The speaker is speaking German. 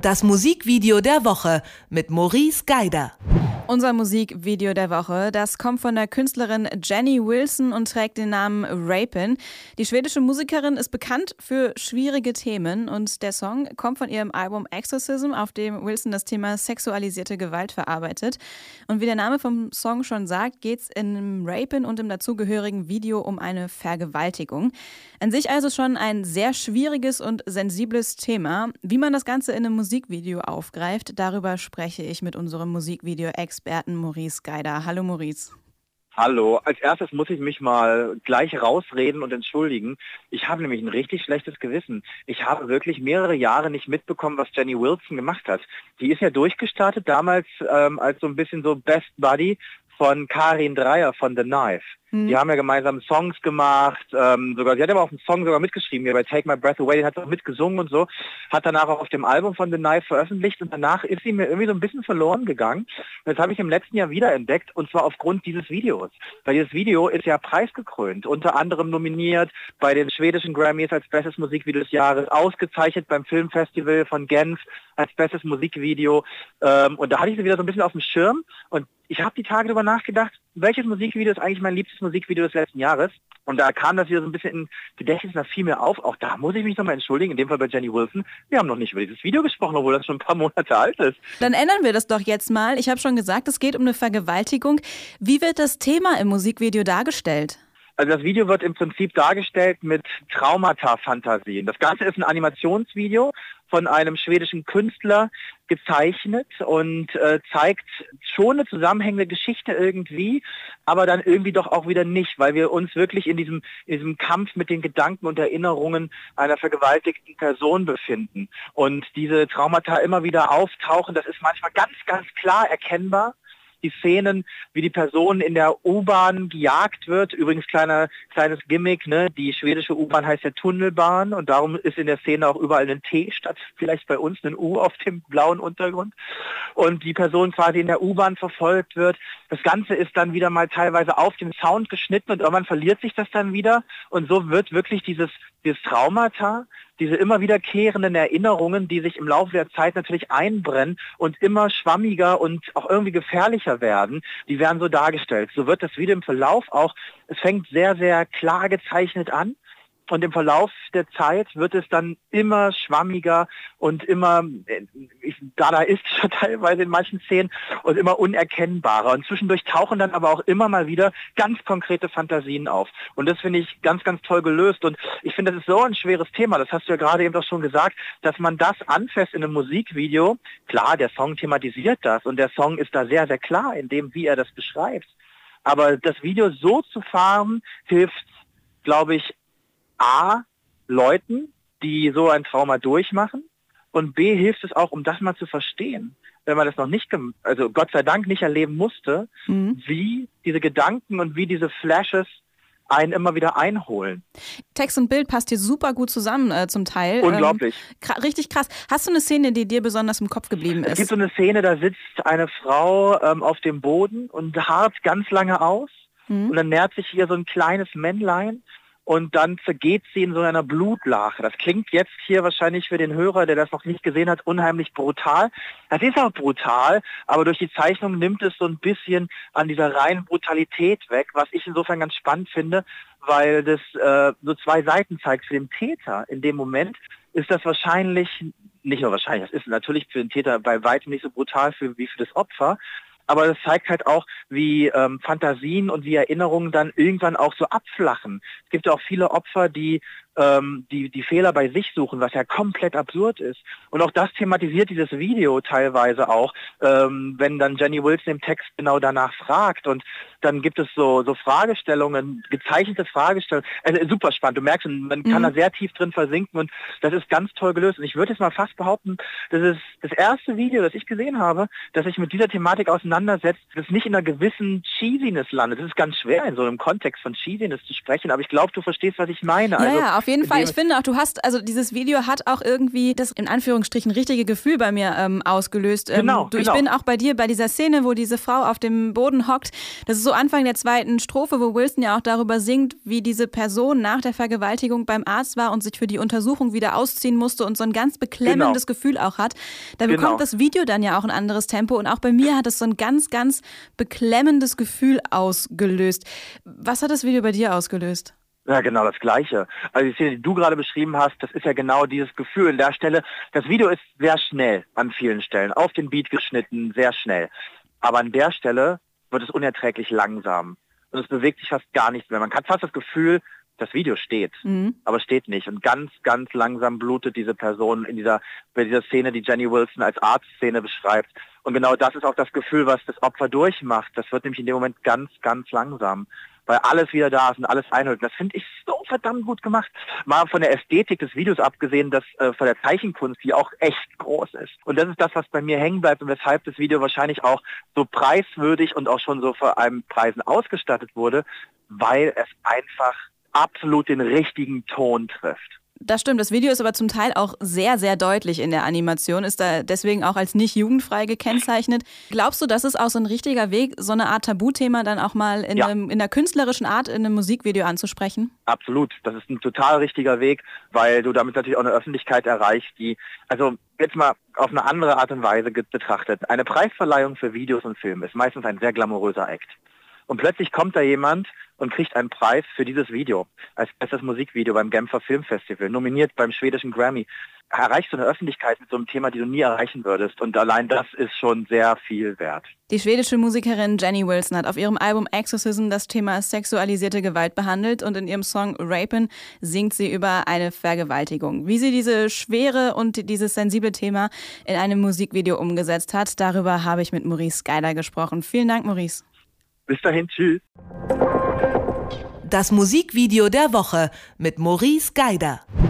Das Musikvideo der Woche mit Maurice Geider. Unser Musikvideo der Woche, das kommt von der Künstlerin Jenny Wilson und trägt den Namen Rapin'. Die schwedische Musikerin ist bekannt für schwierige Themen und der Song kommt von ihrem Album Exorcism, auf dem Wilson das Thema sexualisierte Gewalt verarbeitet. Und wie der Name vom Song schon sagt, geht es in Rapin' und im dazugehörigen Video um eine Vergewaltigung. An sich also schon ein sehr schwieriges und sensibles Thema. Wie man das Ganze in einem Musikvideo aufgreift, darüber spreche ich mit unserem Musikvideo-Experten Maurice Geider. Hallo Maurice. Hallo, als erstes muss ich mich mal gleich rausreden und entschuldigen. Ich habe nämlich ein richtig schlechtes Gewissen. Ich habe wirklich mehrere Jahre nicht mitbekommen, was Jenny Wilson gemacht hat. Die ist ja durchgestartet damals als so ein bisschen so Best Buddy von Karin Dreier von The Knife. Die haben ja gemeinsam Songs gemacht, sogar, sie hat aber auch einen Song sogar mitgeschrieben, hier bei Take My Breath Away, den hat sie auch mitgesungen und so, hat danach auch auf dem Album von The Knife veröffentlicht und danach ist sie mir irgendwie so ein bisschen verloren gegangen. Und das habe ich im letzten Jahr wieder entdeckt und zwar aufgrund dieses Videos. Weil dieses Video ist ja preisgekrönt, unter anderem nominiert bei den schwedischen Grammys als bestes Musikvideo des Jahres, ausgezeichnet beim Filmfestival von Genf als bestes Musikvideo und da hatte ich sie wieder so ein bisschen auf dem Schirm und ich habe die Tage darüber nachgedacht, welches Musikvideo ist eigentlich mein liebstes Musikvideo des letzten Jahres? Und da kam das wieder so ein bisschen in Gedächtnis, da fiel mir auf. Auch da muss ich mich nochmal entschuldigen, in dem Fall bei Jenny Wilson. Wir haben noch nicht über dieses Video gesprochen, obwohl das schon ein paar Monate alt ist. Dann ändern wir das doch jetzt mal. Ich habe schon gesagt, es geht um eine Vergewaltigung. Wie wird das Thema im Musikvideo dargestellt? Also das Video wird im Prinzip dargestellt mit Traumata-Fantasien. Das Ganze ist ein Animationsvideo von einem schwedischen Künstler gezeichnet und zeigt schon eine zusammenhängende Geschichte irgendwie, aber dann irgendwie doch auch wieder nicht, weil wir uns wirklich in diesem Kampf mit den Gedanken und Erinnerungen einer vergewaltigten Person befinden. Und diese Traumata immer wieder auftauchen, das ist manchmal ganz, ganz klar erkennbar. Die Szenen, wie die Person in der U-Bahn gejagt wird. Übrigens kleines Gimmick, ne? Die schwedische U-Bahn heißt ja Tunnelbahn und darum ist in der Szene auch überall ein T statt vielleicht bei uns ein U auf dem blauen Untergrund. Und die Person quasi in der U-Bahn verfolgt wird. Das Ganze ist dann wieder mal teilweise auf den Sound geschnitten und irgendwann verliert sich das dann wieder. Und so wird wirklich dieses Traumata, diese immer wiederkehrenden Erinnerungen, die sich im Laufe der Zeit natürlich einbrennen und immer schwammiger und auch irgendwie gefährlicher werden, die werden so dargestellt. So wird das Video im Verlauf auch, es fängt sehr, sehr klar gezeichnet an. Und im Verlauf der Zeit wird es dann immer schwammiger und immer, da ist schon teilweise in manchen Szenen und immer unerkennbarer. Und zwischendurch tauchen dann aber auch immer mal wieder ganz konkrete Fantasien auf. Und das finde ich ganz, ganz toll gelöst. Und ich finde, das ist so ein schweres Thema, das hast du ja gerade eben doch schon gesagt, dass man das anfasst in einem Musikvideo. Klar, der Song thematisiert das und der Song ist da sehr, sehr klar in dem, wie er das beschreibt. Aber das Video so zu fahren, hilft, glaube ich, A, Leuten, die so ein Trauma durchmachen und B, hilft es auch, um das mal zu verstehen, wenn man das noch nicht, also Gott sei Dank nicht erleben musste, wie diese Gedanken und wie diese Flashes einen immer wieder einholen. Text und Bild passt hier super gut zusammen zum Teil. Unglaublich. Richtig krass. Hast du eine Szene, die dir besonders im Kopf geblieben ist? Es gibt so eine Szene, da sitzt eine Frau auf dem Boden und harrt ganz lange aus und dann nähert sich hier so ein kleines Männlein. Und dann zergeht sie in so einer Blutlache. Das klingt jetzt hier wahrscheinlich für den Hörer, der das noch nicht gesehen hat, unheimlich brutal. Das ist auch brutal, aber durch die Zeichnung nimmt es so ein bisschen an dieser reinen Brutalität weg, was ich insofern ganz spannend finde, weil das so zwei Seiten zeigt. Für den Täter in dem Moment ist das wahrscheinlich, nicht nur wahrscheinlich, das ist natürlich für den Täter bei weitem nicht so brutal wie für das Opfer, aber das zeigt halt auch, wie Fantasien und wie Erinnerungen dann irgendwann auch so abflachen. Es gibt ja auch viele Opfer, die die Fehler bei sich suchen, was ja komplett absurd ist. Und auch das thematisiert dieses Video teilweise auch, wenn dann Jenny Wilson im Text genau danach fragt. Und dann gibt es so Fragestellungen, gezeichnete Fragestellungen. Also super spannend. Du merkst, man kann da sehr tief drin versinken und das ist ganz toll gelöst. Und ich würde jetzt mal fast behaupten, das ist das erste Video, das ich gesehen habe, das sich mit dieser Thematik auseinandersetzt, das nicht in einer gewissen Cheesiness landet. Das ist ganz schwer, in so einem Kontext von Cheesiness zu sprechen, aber ich glaube, du verstehst, was ich meine. Ja, ja, auf Auf jeden Fall. Ich finde auch, dieses Video hat auch irgendwie das in Anführungsstrichen richtige Gefühl bei mir ausgelöst. Genau. Ich bin auch bei dir bei dieser Szene, wo diese Frau auf dem Boden hockt. Das ist so Anfang der zweiten Strophe, wo Wilson ja auch darüber singt, wie diese Person nach der Vergewaltigung beim Arzt war und sich für die Untersuchung wieder ausziehen musste und so ein ganz beklemmendes Gefühl auch hat. Da bekommt das Video dann ja auch ein anderes Tempo und auch bei mir hat es so ein ganz, ganz beklemmendes Gefühl ausgelöst. Was hat das Video bei dir ausgelöst? Ja, genau das Gleiche. Also die Szene, die du gerade beschrieben hast, das ist ja genau dieses Gefühl an der Stelle. Das Video ist sehr schnell an vielen Stellen, auf den Beat geschnitten, sehr schnell. Aber an der Stelle wird es unerträglich langsam. Und es bewegt sich fast gar nichts mehr. Man hat fast das Gefühl, das Video steht, aber steht nicht. Und ganz, ganz langsam blutet diese Person bei dieser Szene, die Jenny Wilson als Arztszene beschreibt. Und genau das ist auch das Gefühl, was das Opfer durchmacht. Das wird nämlich in dem Moment ganz, ganz langsam, weil alles wieder da ist und alles einholt. Das finde ich so verdammt gut gemacht. Mal von der Ästhetik des Videos abgesehen, dass von der Zeichenkunst, die auch echt groß ist. Und das ist das, was bei mir hängen bleibt und weshalb das Video wahrscheinlich auch so preiswürdig und auch schon so vor allem Preisen ausgestattet wurde, weil es einfach absolut den richtigen Ton trifft. Das stimmt, das Video ist aber zum Teil auch sehr, sehr deutlich in der Animation, ist da deswegen auch als nicht jugendfrei gekennzeichnet. Glaubst du, das ist auch so ein richtiger Weg, so eine Art Tabuthema dann auch mal in einer künstlerischen Art in einem Musikvideo anzusprechen? Absolut, das ist ein total richtiger Weg, weil du damit natürlich auch eine Öffentlichkeit erreichst, die, also jetzt mal auf eine andere Art und Weise betrachtet. Eine Preisverleihung für Videos und Filme ist meistens ein sehr glamouröser Akt. Und plötzlich kommt da jemand und kriegt einen Preis für dieses Video, als bestes Musikvideo beim Genfer Filmfestival, nominiert beim schwedischen Grammy. Erreichst du eine Öffentlichkeit mit so einem Thema, die du nie erreichen würdest. Und allein das ist schon sehr viel wert. Die schwedische Musikerin Jenny Wilson hat auf ihrem Album Exorcism das Thema sexualisierte Gewalt behandelt und in ihrem Song Rapin' singt sie über eine Vergewaltigung. Wie sie diese schwere und dieses sensible Thema in einem Musikvideo umgesetzt hat, darüber habe ich mit Maurice Geider gesprochen. Vielen Dank, Maurice. Bis dahin, tschüss. Das Musikvideo der Woche mit Maurice Geider.